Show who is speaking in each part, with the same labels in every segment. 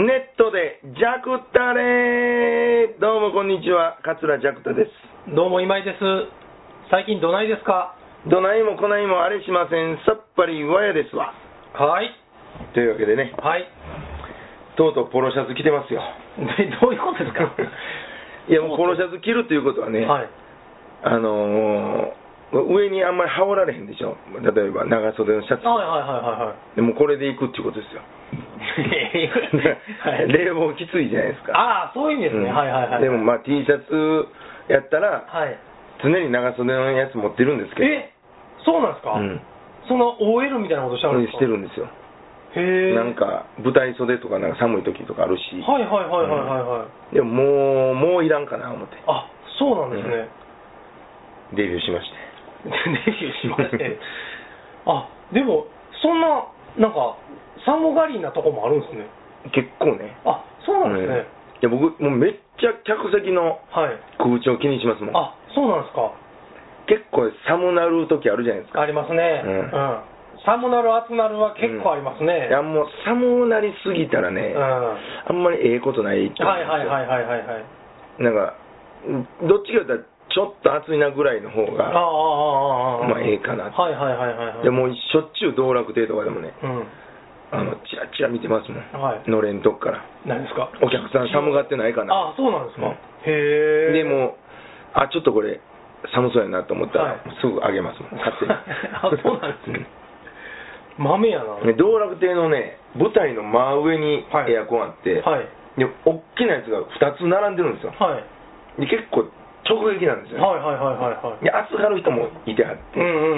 Speaker 1: ネットでジャクタレー。どうもこんにちは、桂ジャクタです。
Speaker 2: どうも今井です。最近どないですか？
Speaker 1: どないもこないもあれしません。さっぱりわやですわ。
Speaker 2: はい。
Speaker 1: というわけでね、
Speaker 2: はい。
Speaker 1: とうとうポロシャツ着てますよ。
Speaker 2: どういうことですか？
Speaker 1: いやもうポロシャツ着るということはね、
Speaker 2: はい。
Speaker 1: 上にあんまり羽織られへんでしょ。例えば長袖のシャツ。
Speaker 2: はいはいはいはい。
Speaker 1: でもこれでいくっていうことですよ。
Speaker 2: はい、
Speaker 1: 冷房きついじゃないですか。
Speaker 2: ああ、そういう意味ですね。はいはいはい。
Speaker 1: でもまあ T シャツやったら、
Speaker 2: はい。
Speaker 1: 常に長袖のやつ持ってるんですけど。
Speaker 2: そうなんですか？その OL みたいなことしてあるんですか？
Speaker 1: してるんですよ。
Speaker 2: へえ。
Speaker 1: なんか舞台袖とかなんか寒い時とかあるし。
Speaker 2: はいはいはいはいはい。
Speaker 1: でももういらんかな思って。
Speaker 2: あ、そうなんですね。
Speaker 1: デビューしまして。
Speaker 2: デビューしまして。あ、でもそんななんか寒がりなとこもあるんですね。
Speaker 1: 結構ね。
Speaker 2: あ、そうなんですね。
Speaker 1: いや僕もうめっちゃ客席の空調気にしますもん。
Speaker 2: あ、そうなんですか。
Speaker 1: 結構寒なる時あるじゃないですか。
Speaker 2: ありますね。寒なる暑なるは結構ありますね。
Speaker 1: いやもう寒なりすぎたらね、あんまりええことないって。
Speaker 2: はいはいはいはいはい。
Speaker 1: なんかどっちかというとちょっと暑いなぐらいの方がまあええかな。
Speaker 2: はいはいはいはい。
Speaker 1: でもしょっちゅう道楽亭とかでもね、チラチラ見てますもん。のれんとこから。
Speaker 2: 何ですか？
Speaker 1: お客さん寒がってないかな。
Speaker 2: あ、そうなんですか。へえ。
Speaker 1: でもちょっとこれ寒そうやなと思ったらすぐあげますもん、勝手に。
Speaker 2: あ、そうなんですね。豆やな。
Speaker 1: 道楽亭のね、舞台の真上にエアコンあって、で大きなやつが2つ並んでるんですよ。で結構直撃なんですよ。
Speaker 2: はいはいはいはい。
Speaker 1: で暑がる人もいてはって、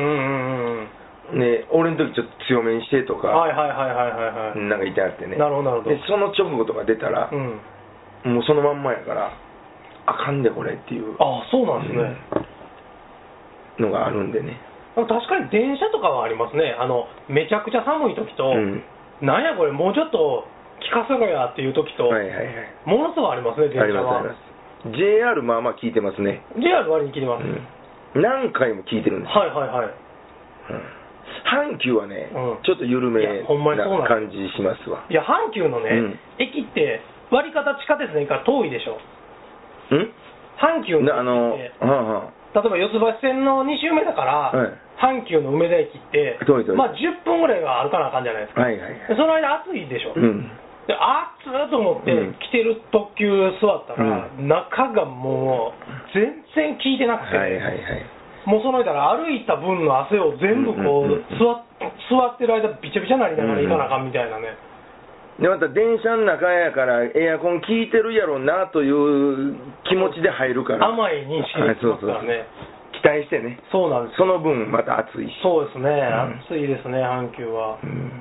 Speaker 1: で俺の時ちょっと強めにしてとか、なんかいてはってね。
Speaker 2: なるほどなるほど。
Speaker 1: でその直後とか出たら、もうそのまんまやからあかんでこれっていう。
Speaker 2: あ、そうなんですね。
Speaker 1: のがあるんでね。
Speaker 2: 確かに電車とかはありますね。めちゃくちゃ寒い時と、なんやこれもうちょっと聞かせろやっていう時と、ものすごいありますね、電車は。
Speaker 1: あります。JR まあまあ聞いてますね。
Speaker 2: JR 割に聞いてます。
Speaker 1: 何回も聞いてるんですよ。
Speaker 2: はいはいはい。
Speaker 1: 阪急はね、ちょっと緩めな感じしますわ。
Speaker 2: いや、阪急のね、駅って割り方地下鉄の駅から遠いでしょ。阪急の駅って例えば四ツ橋線の2周目だから、阪急の梅田駅ってまあ10分ぐらいは歩かなあかんじゃないですか。その間暑いでしょ。で暑いと思って来てる特急座ったら、中がもう全然効いてなくて、もうその間歩いた分の汗を全部こう座ってる間びちゃびちゃになりながら行かなあかんみたいなね。
Speaker 1: でまた電車の中やからエアコン効いてるやろうなという気持ちで入るから、
Speaker 2: 甘い認識になりますからね。
Speaker 1: 期待してね。
Speaker 2: そうなんです。
Speaker 1: その分また暑いし。
Speaker 2: そうですね、暑いですね、阪急は。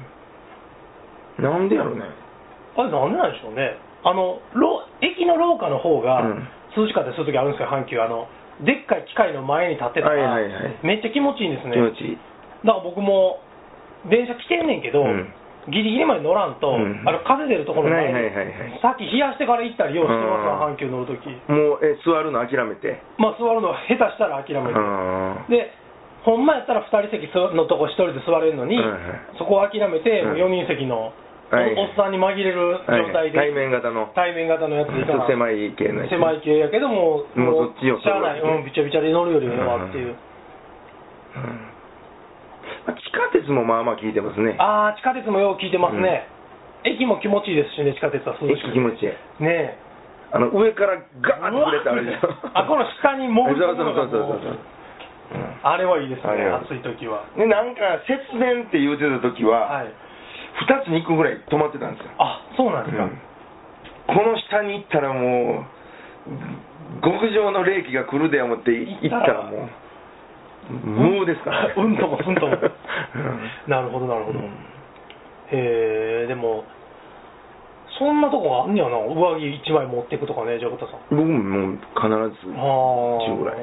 Speaker 1: なんでやろうね。
Speaker 2: あれなんでなんでしょうね。駅の廊下の方が涼しかったりする時あるんですよ、阪急。でっかい機械の前に立ってたらめっちゃ気持ちいいんですね。
Speaker 1: 気持ちいい。
Speaker 2: だから僕も電車来てんねんけど、ギリギリまで乗らんと、風出るところの前にさっき冷やしてから行ったりようしてますわ、阪急乗るとき。
Speaker 1: もう座るの諦めて。
Speaker 2: まあ座るの下手したら諦めて。でほんまやったら2人席のとこ1人で座れるのに、そこを諦めて4人席のおっさんに紛れる状態で、
Speaker 1: 対面型の
Speaker 2: やつで行かな
Speaker 1: 狭い系のやつ。
Speaker 2: 狭い系やけども
Speaker 1: うそっちを
Speaker 2: しゃあない、びちゃびちゃで乗るよりええわっていう。
Speaker 1: 地下鉄もまあまあ効いてますね。
Speaker 2: 地下鉄もよう効いてますね。駅も気持ちいいですしね、地下鉄は。
Speaker 1: 駅気持ちいい
Speaker 2: ね。
Speaker 1: 上からガーッと触れてあるでしょ。
Speaker 2: この下に潜るところが
Speaker 1: そう
Speaker 2: あれはいいですね、暑い時は。
Speaker 1: でなんか節電って言うてた時は2つに1個ぐらい止まってたんですよ。
Speaker 2: あ、そうなんですか。
Speaker 1: この下に行ったらもう極上の冷気が来るで思って行ったらもう無ですからね。
Speaker 2: うんともすんとも。なるほどなるほど。でもそんなとこあんねやな。上着1枚持っていくとかね、ジャクタさん。
Speaker 1: 僕も必ず10ぐらい。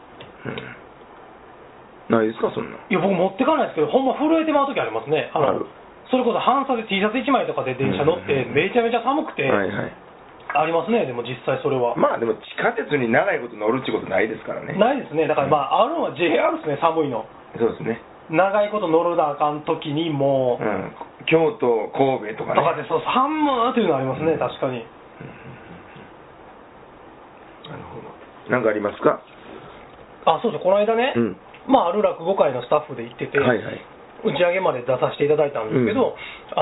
Speaker 1: ないですかそんな。
Speaker 2: いや僕持ってかないですけど、ほんま震えてまう時ありますね。それこそ半袖 T シャツ1枚とかで電車乗ってめちゃめちゃ寒くてありますね。でも実際それは
Speaker 1: まあでも地下鉄に長いこと乗るってことないですからね。
Speaker 2: ないですね。だからまああるのは JR ですね、寒いの。
Speaker 1: そうですね。
Speaker 2: 長いこと乗るなあかん時にもう
Speaker 1: 京都、神戸とかね。
Speaker 2: とかで、そう、3万というのありますね、確かに。
Speaker 1: なるほど。なんかありますか？
Speaker 2: そうです、この間ね、ある落語会のスタッフで行ってて、
Speaker 1: はいはい、
Speaker 2: 打ち上げまで出させていただいたんですけど、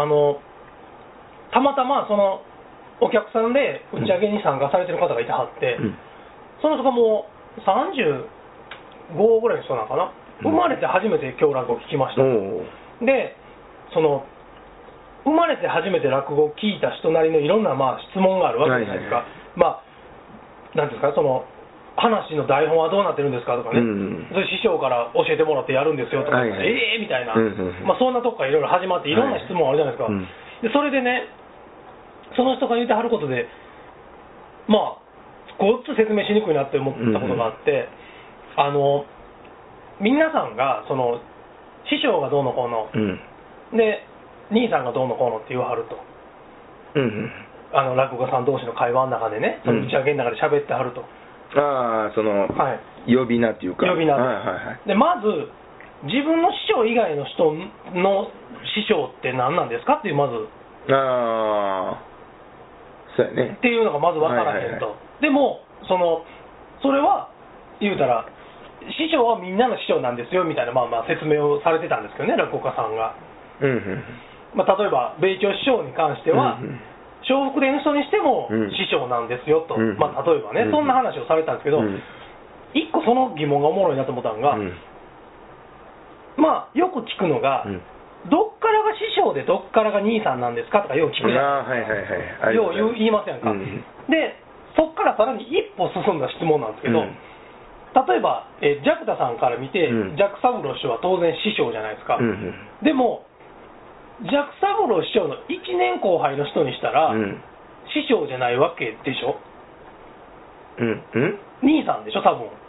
Speaker 2: たまたまそのお客さんで打ち上げに参加されてる方がいてはって、その人がもう35ぐらいの人なのかな、生まれて初めて今日落語を聞きました。で、その生まれて初めて落語を聞いた人なりのいろんな質問があるわけじゃないですか。なんですか、その話の台本はどうなってるんですかとかね、それ師匠から教えてもらってやるんですよとか、みたいな、そんなとこからいろいろ始まっていろんな質問あるじゃないですか。でそれでね、その人が言ってはることで、ごっつ説明しにくいなって思ったことがあって、皆さんがその師匠がどうのこうの、で兄さんがどうのこうのって言わはると、落語家さん同士の会話の中でね、その打ち上げの中で喋ってはると。
Speaker 1: その、呼び名っていうか。
Speaker 2: 呼び名で、まず自分の師匠以外の人の師匠って何なんですかっていう、まず
Speaker 1: そうやね
Speaker 2: っていうのがまず分からへんと。でもそれは言うたら師匠はみんなの師匠なんですよみたいな説明をされてたんですけどね、落語家さんが。例えば米朝師匠に関しては、笑福亭の人にしても師匠なんですよと、例えばね、そんな話をされたんですけど、一個その疑問がおもろいなと思ったのが、よく聞くのが、どっからが師匠でどっからが兄さんなんですかとかよう聞くじゃないですか。よう言いませんか。でそっからさらに一歩進んだ質問なんですけど、例えばジャクタさんから見て、ジャク三郎師匠は当然師匠じゃないですか。でもジャク三郎師匠の1年後輩の人にしたら、師匠じゃないわけでしょ。兄さんでしょ多分。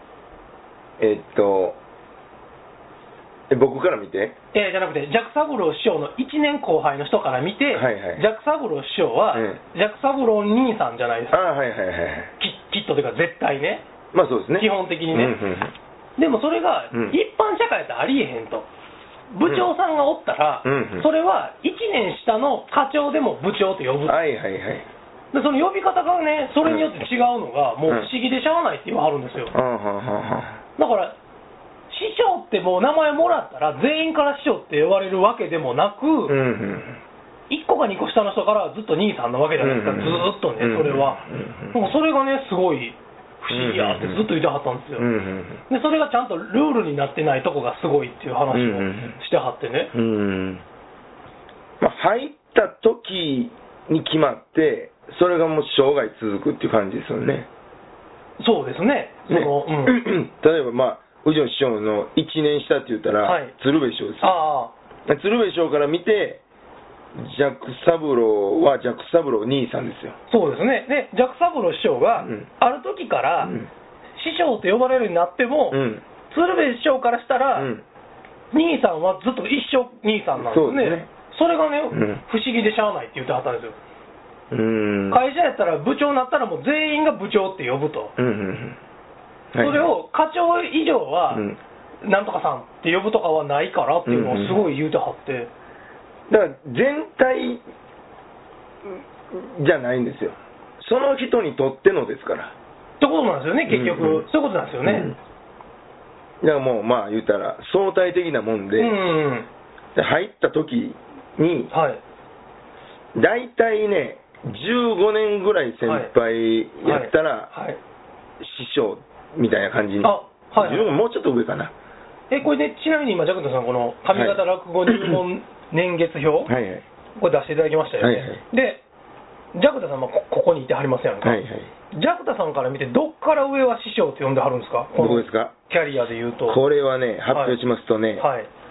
Speaker 1: 僕から見て
Speaker 2: じゃなくてジャク三郎師匠の1年後輩の人から見て、ジャク三郎師匠は、ジャク三郎兄さんじゃないですか。きっとというか絶対ね。
Speaker 1: そうですね、
Speaker 2: 基本的にね。でもそれが一般社会ってありえへんと。部長さんがおったら、それは1年下の課長でも部長と呼ぶ。でその呼び方がね、それによって違うのがもう不思議でしゃあないって言わはるんですよ。だから師匠ってもう名前もらったら全員から師匠って呼ばれるわけでもなく、1個か2個下の人からずっと兄さんなわけじゃないですか、ずーっとね。それはそれがねすごい不思議やってずっと言ってはったんですよ。でそれがちゃんとルールになってないとこがすごいっていう話をしてはってね。
Speaker 1: 入った時に決まってそれがもう生涯続くっていう感じですよね。
Speaker 2: そうですね。
Speaker 1: 例えばうちの師匠の1年下って言ったら、鶴瓶師匠ですよ。鶴瓶師匠から見てジャク三郎はジャク三郎兄さんですよ。
Speaker 2: そうですね。でジャク三郎師匠がある時から、師匠と呼ばれるようになっても、鶴瓶師匠からしたら、兄さんはずっと一生兄さんなんですね。それがね、不思議でしゃあないって言ってはったんですよ。会社やったら部長になったらもう全員が部長って呼ぶと。それを課長以上はなんとかさんって呼ぶとかはないからっていうのをすごい言うてはって。
Speaker 1: だから全体じゃないんですよ。その人にとってのですから。
Speaker 2: ってことなんですよね、結局。そういうことなんですよね。
Speaker 1: だからもう言うたら相対的なもんで、入った時に、大体ね15年ぐらい先輩やったら、師匠みたいな感じに、もうちょっと上かな。
Speaker 2: これでちなみに今ジャクタさんこの上方落語入門年月表、これ出していただきましたよね。でジャクタさんはここにいてはりますやんか。ジャクタさんから見てどっから上は師匠って呼んではるんですか？
Speaker 1: どこですか？
Speaker 2: キャリアでいうと。
Speaker 1: これはね発表しますとね、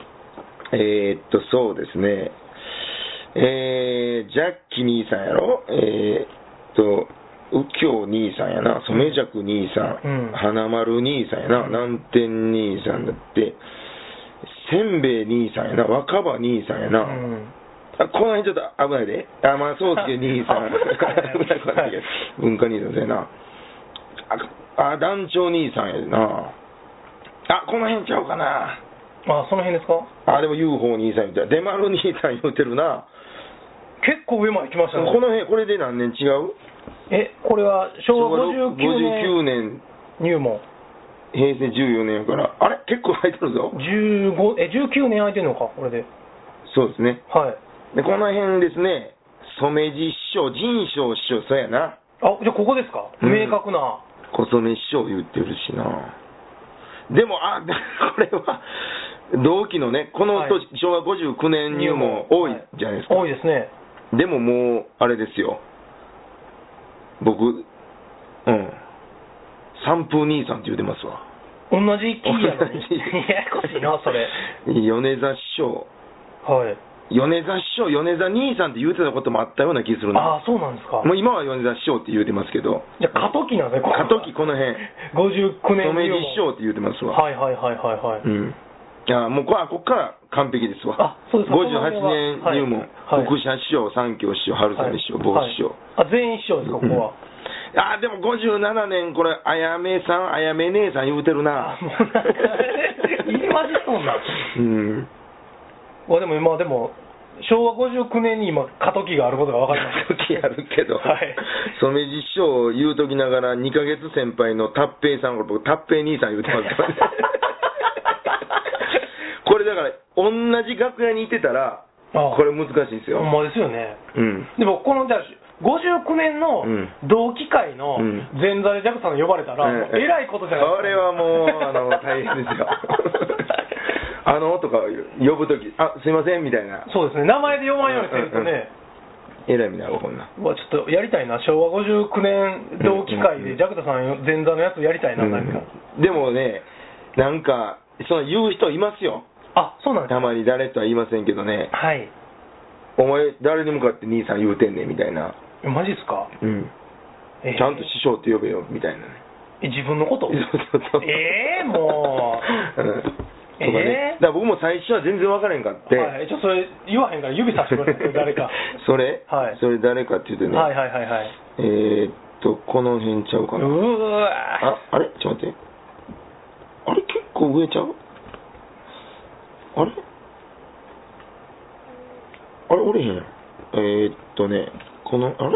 Speaker 1: そうですね、ジャッキ兄さんやろ、右京兄さんやな、染尺兄さん、花丸兄さんやな、南天兄さんだって、せんべい兄さんやな、若葉兄さんやな、この辺ちょっと危ないで、宗介兄さん、文化兄さんやな、団長兄さんやでな、この辺ちゃうかな、
Speaker 2: あ、その辺ですか。
Speaker 1: あ、でも UFO 兄さんみたいな。デマル兄さん言うてるな。
Speaker 2: 結構上まで来ましたね。
Speaker 1: この辺、これで何年違う？
Speaker 2: これは昭和59
Speaker 1: 年
Speaker 2: 入門。
Speaker 1: 平成14年やから、あれ結構入ってるぞ。
Speaker 2: 19年空いてるのか、これで。
Speaker 1: そうですね。
Speaker 2: はい。
Speaker 1: で、この辺ですね、染地師匠、仁昌師匠、そうやな。
Speaker 2: あ、じゃあここですか、明確な。
Speaker 1: 小染師匠言ってるしな。でも、これは、同期のね、この年、昭和59年入門多いじゃないですか。
Speaker 2: 多いですね。
Speaker 1: でももう、あれですよ。僕、三風兄さんって言うてますわ。
Speaker 2: 同じキーやのに。ややこしいな、それ。
Speaker 1: 米座師匠。
Speaker 2: はい。
Speaker 1: 米座師匠、米座兄さんって言うてたこともあったような気するな。
Speaker 2: ああ、そうなんですか。
Speaker 1: もう今は米座師匠って言うてますけど。
Speaker 2: じゃあ、過渡期なんですね、
Speaker 1: 過渡期、この辺。
Speaker 2: 59年
Speaker 1: 染地師匠って言うてますわ。
Speaker 2: はいはいはいはい。
Speaker 1: いや、もうこっから完璧ですわ。
Speaker 2: あ、そうですか。
Speaker 1: 58年入門、福社師匠、三協師匠、春雨師匠、坊師匠。
Speaker 2: あ、全員師匠ですか、ここは。
Speaker 1: でも57年、これ、あやめさん、あやめ姉さん言うてるな。
Speaker 2: もうなんか、入り混じっそうな。でも、昭和59年に今、過渡期があることが分かりました。
Speaker 1: 過渡期あるけど、
Speaker 2: はい。
Speaker 1: 染地師匠言うときながら、2ヶ月先輩の達平さん、僕、達平兄さん言うてますからね。これだから、同じ楽屋にいてたら、これ難しいんですよ。
Speaker 2: ほんまですよね。
Speaker 1: で
Speaker 2: も、この、じゃあ、59年の同期会の前座でジャクさんが呼ばれたら、えらいことじゃないですか。
Speaker 1: あれはもう、大変ですよ。とか呼ぶとき、すいませんみたいな。
Speaker 2: そうですね、名前で呼ばんようにするとね。
Speaker 1: えらいみたいな、こんな。
Speaker 2: ちょっとやりたいな、昭和59年同期会でジャクタさん前座のやつやりたいな、何か。
Speaker 1: でもね、なんか、言う人いますよ。
Speaker 2: あ、そうなんですか。
Speaker 1: たまに誰とは言いませんけどね。
Speaker 2: はい。
Speaker 1: お前、誰に向かって兄さん言うてんねんみたいな。
Speaker 2: マジっすか？
Speaker 1: ちゃんと師匠って呼べよみたいなね。
Speaker 2: 自分のこと？もう。
Speaker 1: とかね。だから僕も最初は全然分からへんかって。
Speaker 2: はい。それ言わへんから指さしてくれる誰か。
Speaker 1: それ？
Speaker 2: はい。
Speaker 1: それ誰かって言うとね。
Speaker 2: はい。
Speaker 1: この辺ちゃうかな。あれちょっと待って。あれ結構上ちゃう？あれおれへんやん。この、あれ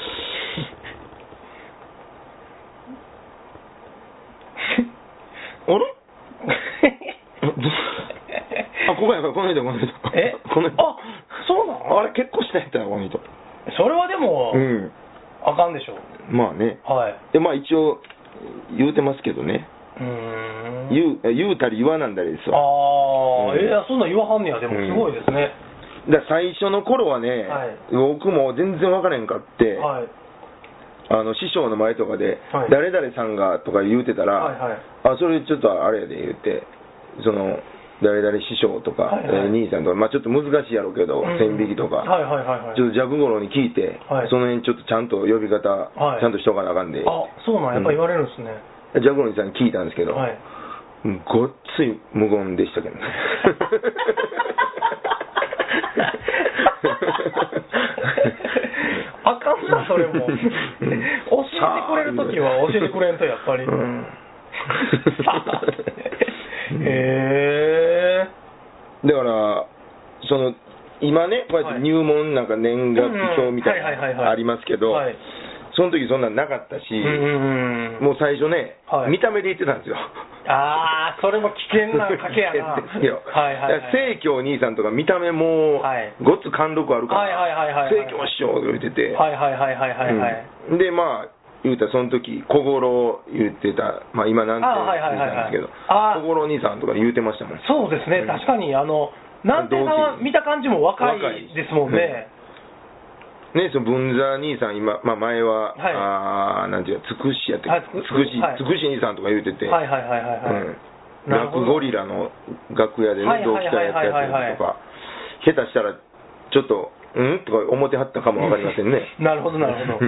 Speaker 1: あれここやから、この人。この人。
Speaker 2: そうなの？
Speaker 1: あれ結構下やったよ、この人。
Speaker 2: それはでも、あかんでしょ。
Speaker 1: まあね。
Speaker 2: はい。
Speaker 1: で、一応、言うてますけどね。言うたり言わなんだりですわ。
Speaker 2: そんなん言わはんねや、でもすごいですね。
Speaker 1: 最初の頃はね、僕も全然分からへんかって、師匠の前とかで、誰々さんがとか言うてたら、それちょっとあれやで言って、誰々師匠とか、兄さんとか、ちょっと難しいやろうけど、線引きとか、ちょっと弱五郎に聞いて、その辺ちょっとちゃんと呼び方、ちゃんとしとかなあかんで。
Speaker 2: そうなんやっぱ言われるんですね。
Speaker 1: 弱五郎さんに聞いたんですけど、ごっつい無言でしたけどね。
Speaker 2: あかんな、それも。教えてくれるときは教えてくれんと、やっぱり。
Speaker 1: だから、今ね、こうやって入門なんか年月表みたいなのありますけど、その時そんなんなかったし、もう最初ね、見た目で言ってたんですよ。
Speaker 2: それも危険な賭けやな。
Speaker 1: 清京兄さんとか見た目もごっつ貫禄あるから清京師匠と言ってて、で言うたらその時小五郎言ってた、今なんて言ったんですけど、小五郎兄さんとか言うてましたもん。
Speaker 2: そうですね、確かになんてさんは見た感じも若いですもんね。
Speaker 1: 文座兄さん、今、前は、なんていうつくしやってつくし兄さんとか言うてて、落ゴリラの楽屋でね、同期会やったやつとか、下手したら、ちょっと、とか思ってはったかもわかりませんね。
Speaker 2: なるほど、なるほど。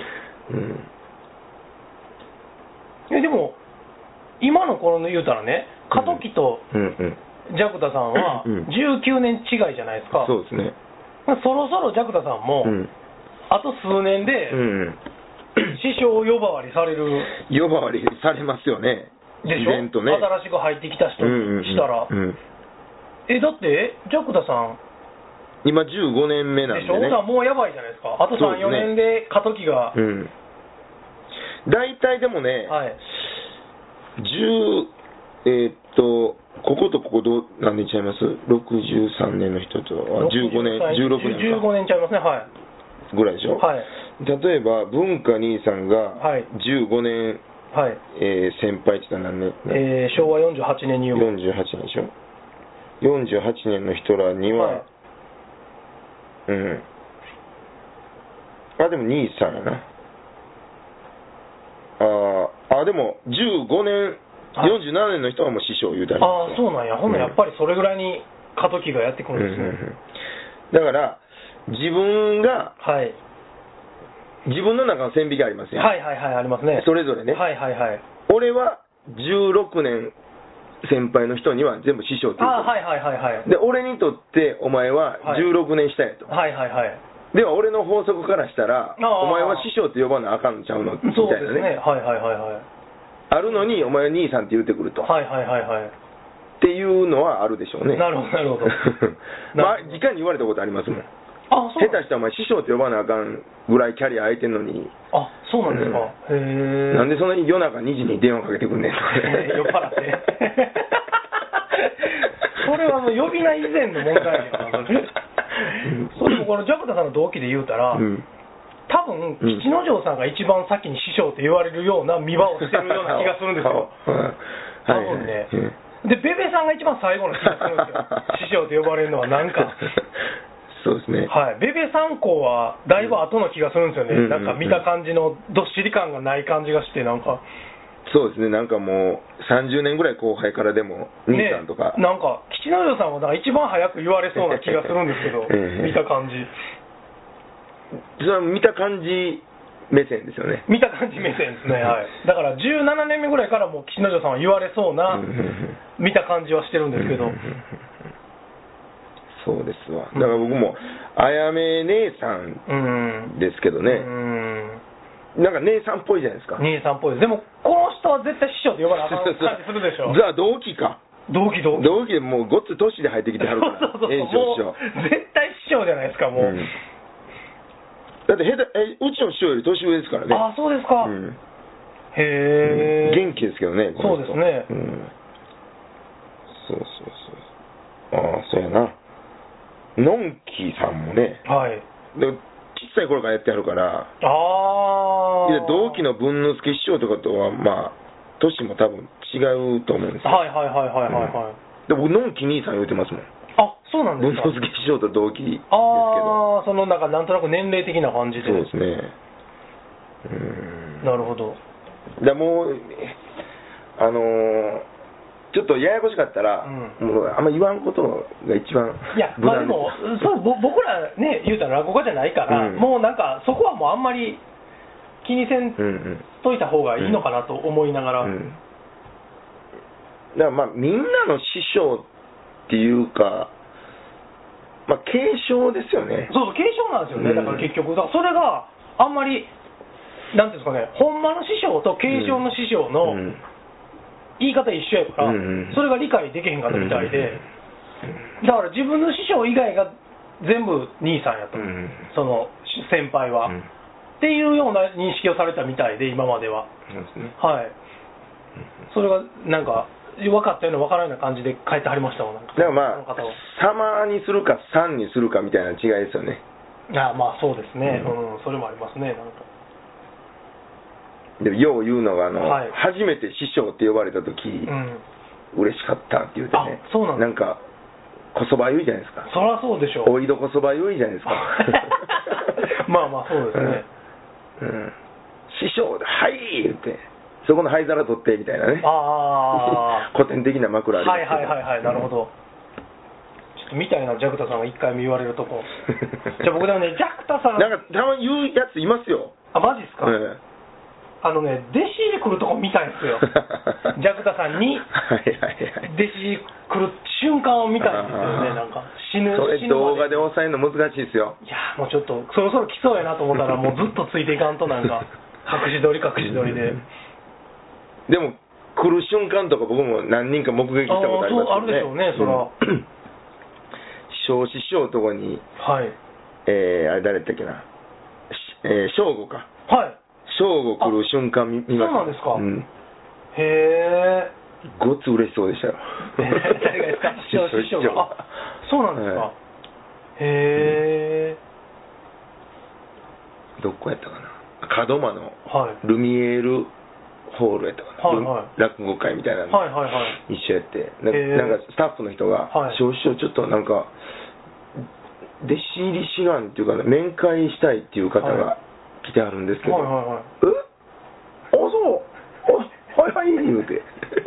Speaker 2: でも、今の頃の言うたらね、過渡期とジャクタさんは19年違いじゃないですか。
Speaker 1: そうですね。
Speaker 2: そろそろジャクタさんも、あと数年で、師匠呼ばわりされる。
Speaker 1: 呼ばわりされますよね。
Speaker 2: でしょ、新しく入ってきた人にしたら。 だってジャクタさん
Speaker 1: 今15年目なんでね。
Speaker 2: でしょ。もうやばいじゃないですか。あと 3,4 年で過渡期が。
Speaker 1: 大体でもね、
Speaker 2: はい、
Speaker 1: こことここ何年ちゃいます ?63 年の人とは15年、16年か。
Speaker 2: 15年ちゃいますね、はい。
Speaker 1: ぐらいでしょ。
Speaker 2: はい。
Speaker 1: 例えば、文化兄さんが15年、
Speaker 2: はい、
Speaker 1: 先輩って言ったら何年、
Speaker 2: 昭和48年に
Speaker 1: 48年でしょ。48年の人らには、でも兄さんやな。でも15年、47年の人はもう師匠言うたり。
Speaker 2: そうなんや。ほんなやっぱりそれぐらいに過渡期がやってくるんですね。
Speaker 1: だから自分が、自分の中の線引きありますよ。
Speaker 2: はいはいはい、ありますね。
Speaker 1: それぞれね。
Speaker 2: はいはいはい。
Speaker 1: 俺は16年先輩の人には全部師匠って言う。
Speaker 2: はいはいはいはい。
Speaker 1: で、俺にとってお前は16年下やと。
Speaker 2: はいはいはい。
Speaker 1: では俺の法則からしたら、お前は師匠って呼ばなあかんのちゃうのみたいなね。
Speaker 2: そうですね。はいはいはいはい。
Speaker 1: あるのに、お前は兄さんって言ってくると。
Speaker 2: はいはいはいはい。
Speaker 1: っていうのはあるでしょうね。
Speaker 2: なるほどなるほど。
Speaker 1: まあ、直に言われたことありますもん。下手したらお前師匠って呼ばなあかんぐらいキャリア空いてんのに。
Speaker 2: そうなんですか。
Speaker 1: なんでそんなに夜中2時に電話かけてくんねんと。
Speaker 2: 酔っ払って。それはもう呼び名以前の問題やな。それもこのジャクタさんの同期で言うたら、多分吉之丞さんが一番先に師匠って言われるような見場をしてるような気がするんですよ。多分ね。で、ベベさんが一番最後の気がするんですよ。師匠って呼ばれるのはなんか。
Speaker 1: そうですね。
Speaker 2: はい。ベベ3校はだいぶ後の気がするんですよね。なんか見た感じのどっしり感がない感じがして、なんか。
Speaker 1: そうですね。なんかもう30年ぐらい後輩からでも兄さんとか。
Speaker 2: なんか吉之丞さんは一番早く言われそうな気がするんですけど、見た感じ。
Speaker 1: それは見た感じ目線ですよね。
Speaker 2: 見た感じ目線ですね。はい。だから17年目ぐらいからもう吉之丞さんは言われそうな見た感じはしてるんですけど。
Speaker 1: そうですわ。だから僕もあやめ姉さんですけどね。なんか姉さんっぽいじゃないですか。
Speaker 2: 姉さんっぽいです。でもこの人は絶対師匠って呼ばなあかん感じするでしょ。
Speaker 1: じゃあ同期か。
Speaker 2: 同期で
Speaker 1: もうごっつ年で入ってきてはるから。
Speaker 2: そう絶対師匠じゃないですか、もう。
Speaker 1: だってうちの師匠より年上ですからね。
Speaker 2: そうですか。へえ。
Speaker 1: 元気ですけどね。
Speaker 2: そうですね。
Speaker 1: そう。そうやな。のんきさんもね。
Speaker 2: はい。
Speaker 1: 小さい頃からやってはるから。同期の文之助師匠とかとはまあ年も多分違うと思うんですよ。
Speaker 2: はい。
Speaker 1: で僕のんき兄さん言うてますもん。
Speaker 2: そうなんですか。
Speaker 1: 文之助師匠と同期ですけど。
Speaker 2: そのなんとなく年齢的な感じで。
Speaker 1: そうですね。
Speaker 2: なるほど。
Speaker 1: もうちょっとややこしかったら、もうあんま言わんことが一番
Speaker 2: いや、まあでも僕らね言うたら落語家じゃないから、もうなんかそこはもうあんまり気にせんといた方がいいのかなと思いながら。だ
Speaker 1: からまあみんなの師匠っていうか、まあ継承ですよね。
Speaker 2: そう継承なんですよね。だから結局それがあんまりなんていうんですかね、ほんまの師匠と継承の師匠の言い方一緒やから、それが理解できへんかったみたいで、だから自分の師匠以外が全部兄さんやと、その先輩は、っていうような認識をされたみたいで、今までは。はい。それがなんか分かったような分からないような感じで書いてはりましたもん。
Speaker 1: だからまあ様にするかさんにするかみたいな違いですよね。
Speaker 2: まあそうですね。それもありますね。なんか
Speaker 1: でよう言うのが初めて師匠って呼ばれた時、嬉しかったって言うてね。なんかこそばゆいじゃないですか。
Speaker 2: そりゃそうでしょう。
Speaker 1: おいどこそばゆいじゃないですか。
Speaker 2: まあそうですね。
Speaker 1: 師匠ではい言ってそこの灰皿取ってみたいなね。古典的な枕ありますけど。
Speaker 2: はい、なるほど。ちょっとみたいなジャクタさんが一回も言われるとこ。じゃあ僕でもね、ジャクタさん
Speaker 1: なんかたまに言うやついますよ。
Speaker 2: マジっすか。弟子入り来るとこ見たいんですよ。ジャクタさんに弟子入り来る瞬間を見たいんですよね。なんか死ぬ
Speaker 1: それ動画で抑えるの難しいですよ。
Speaker 2: いやもうちょっとそろそろ来そうやなと思ったらもうずっとついていかんとなんか隠し撮りで。
Speaker 1: でも来る瞬間とか僕も何人か目撃したことありますよね。
Speaker 2: あるでしょうね。そら
Speaker 1: 彰子師匠のとこに、
Speaker 2: はい、
Speaker 1: あれ誰だっけな、正吾か。
Speaker 2: はい。
Speaker 1: 正吾来る瞬間見ました。
Speaker 2: そうなんですか。
Speaker 1: うん。
Speaker 2: へ
Speaker 1: ー。ごっつ嬉しそうでしたよ。
Speaker 2: 誰がですか？師匠が。あ、そうなんですか。はい、へ
Speaker 1: ー。どこやったかな。門真のルミエールホールやったかな。はいはい、落語会みたいなの、
Speaker 2: はいはいはい、
Speaker 1: 一緒やって、なんかスタッフの人が、師匠ちょっとなんか、弟子入り志願っていうか、面会したいっていう方が来てあるんですけど、はいはいはい、あ、そう、はいはい言うて、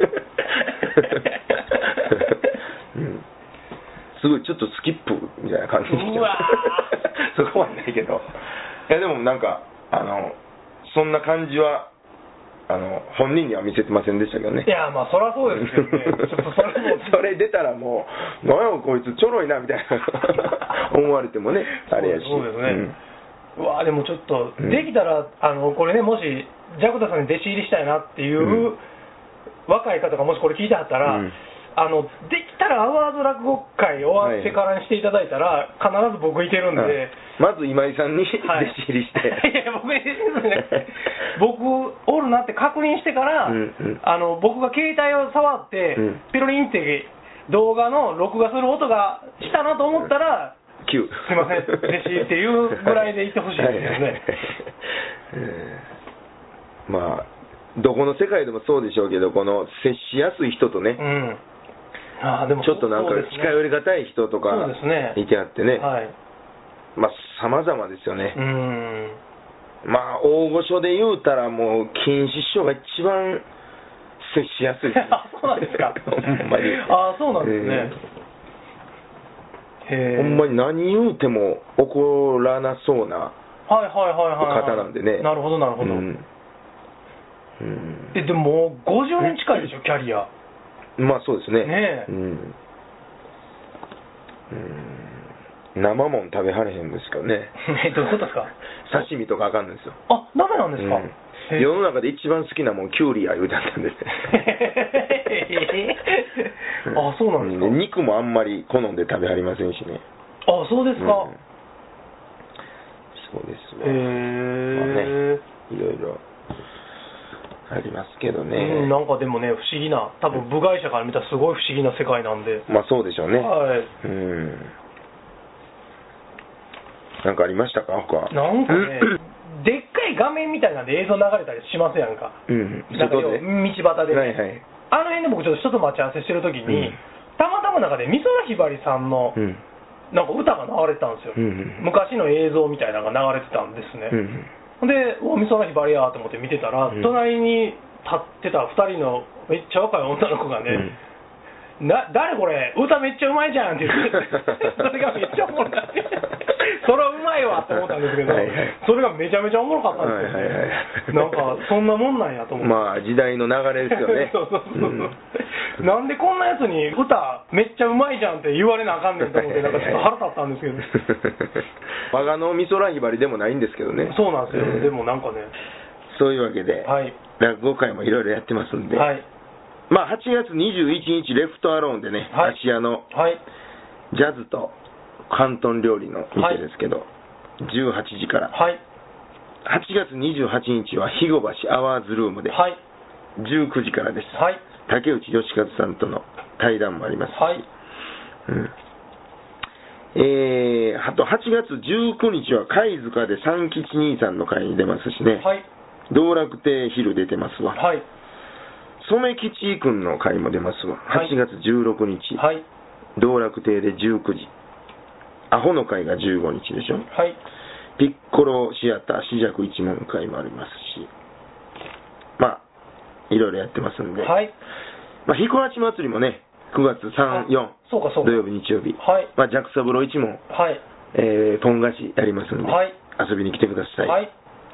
Speaker 1: うん、すごいちょっとスキップみたいな感じに来てそこまでないけど、いやでもなんかそんな感じは本人には見せてませんでしたけどね。
Speaker 2: いやまあそりゃそうですけどね。ちょっと
Speaker 1: それ出たらもう何やこいつちょろいなみたいな思われてもね、あれやし。
Speaker 2: そうですね。うわでもちょっと、できたらこれね、もしジャクタさんに弟子入りしたいなっていう、若い方がもしこれ聞いてはったら、できたらアワード落語会終わってからにしていただいたら、必ず僕いけるんで、
Speaker 1: まず今井さんに弟子入りして、
Speaker 2: いや僕に僕おるなって確認してから、僕が携帯を触って、ピロリンって動画の録画する音がしたなと思ったら、すいません弟子っていうぐらいでいってほしいですよね。
Speaker 1: まあどこの世界でもそうでしょうけど、この接しやすい人とね、
Speaker 2: でも
Speaker 1: ちょっとなんか近寄りがたい人とかいてあってね、まあ様々ですよね。まあ大御所で言うたらもう金師匠が一番接しやすいです、ね。
Speaker 2: そうなんですか。
Speaker 1: ほんまに。
Speaker 2: そうなんですね。
Speaker 1: ほんまに何言うても怒らなそうな方なんでね。
Speaker 2: なるほどなるほど。でも50年近いでしょ、キャリア。
Speaker 1: まあそうですね。
Speaker 2: ね
Speaker 1: え。生もん食べはれへんですからね。
Speaker 2: どういうことですか？
Speaker 1: 刺身とかあかんんですよ。
Speaker 2: あ、ダメなんですか？
Speaker 1: 世の中で一番好きなもんキュウリや言うてあったんです。
Speaker 2: あ、そうなんですか？
Speaker 1: 肉もあんまり好んで食べはりませんしね。
Speaker 2: あ、そうですか。
Speaker 1: そうですわ。まあね、いろいろありますけどね。
Speaker 2: なんかでもね、不思議な、多分部外者から見たらすごい不思議な世界なんで。
Speaker 1: まあそうでしょうね。
Speaker 2: はい。
Speaker 1: なんかありましたか他？
Speaker 2: なんかね、でっかい画面みたいなんで映像流れたりしますやんか。なんか道端で。
Speaker 1: はいはい。
Speaker 2: あの辺で僕ちょっと人と待ち合わせしてるときに、たまたま中で美空ひばりさんのなんか歌が流れてたんですよ。昔の映像みたいなのが流れてたんですね。で、美空ひばりやと思って見てたら、隣に立ってた2人のめっちゃ若い女の子がね、誰これ歌めっちゃうまいじゃんって言ってそれがめっちゃおもろかったそれはうまいわと思ったんですけど、それがめちゃめちゃおもろかったんですよ、なんかそんなもんなんやと思って。
Speaker 1: まあ時代の流れですよね。
Speaker 2: なんでこんなやつに歌めっちゃうまいじゃんって言われなあかんねんと思って、なんかちょっと腹立ったんですけど
Speaker 1: 我がの美空ひばりでもないんですけどね。
Speaker 2: そうなんですよ、でもなんかね、
Speaker 1: そういうわけで、落語会もいろいろやってますんで、まあ8月21日レフトアローンでね、芦屋のジャズと広東料理の店ですけど、18時から、8月28日は肥後橋アワーズルームで、19時からです。竹内義和さんとの対談もありますし、あと8月19日は貝塚で三吉兄さんの会に出ますしね、道楽亭昼出てますわ。染吉君の会も出ますわ。8月16日、道楽亭で19時、アホの会が15日でしょ。ピッコロシアター四尺一門会もありますし、まあいろいろやってますんで、まあ彦八祭りもね、9月3、4土曜日日曜日、まあジャックサブロー一門、ポン菓子やりますんで、遊びに来てください。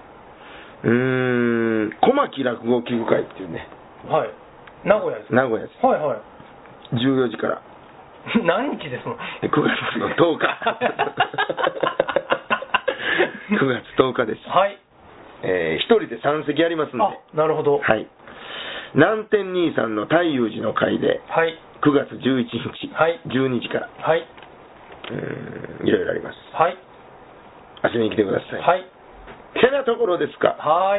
Speaker 1: 小牧落語器具会っていうね、
Speaker 2: 名古屋です。
Speaker 1: 名古屋です。14時から。
Speaker 2: 何日ですの？
Speaker 1: 9月の10日。9月10日です。一人で3席ありますんで。
Speaker 2: なるほど。
Speaker 1: 南天兄さんの太遊寺の会で、9月11日、12時から。 いろいろあります。
Speaker 2: はい。
Speaker 1: 遊びに来てください。
Speaker 2: はい。
Speaker 1: てなところですか。
Speaker 2: はい。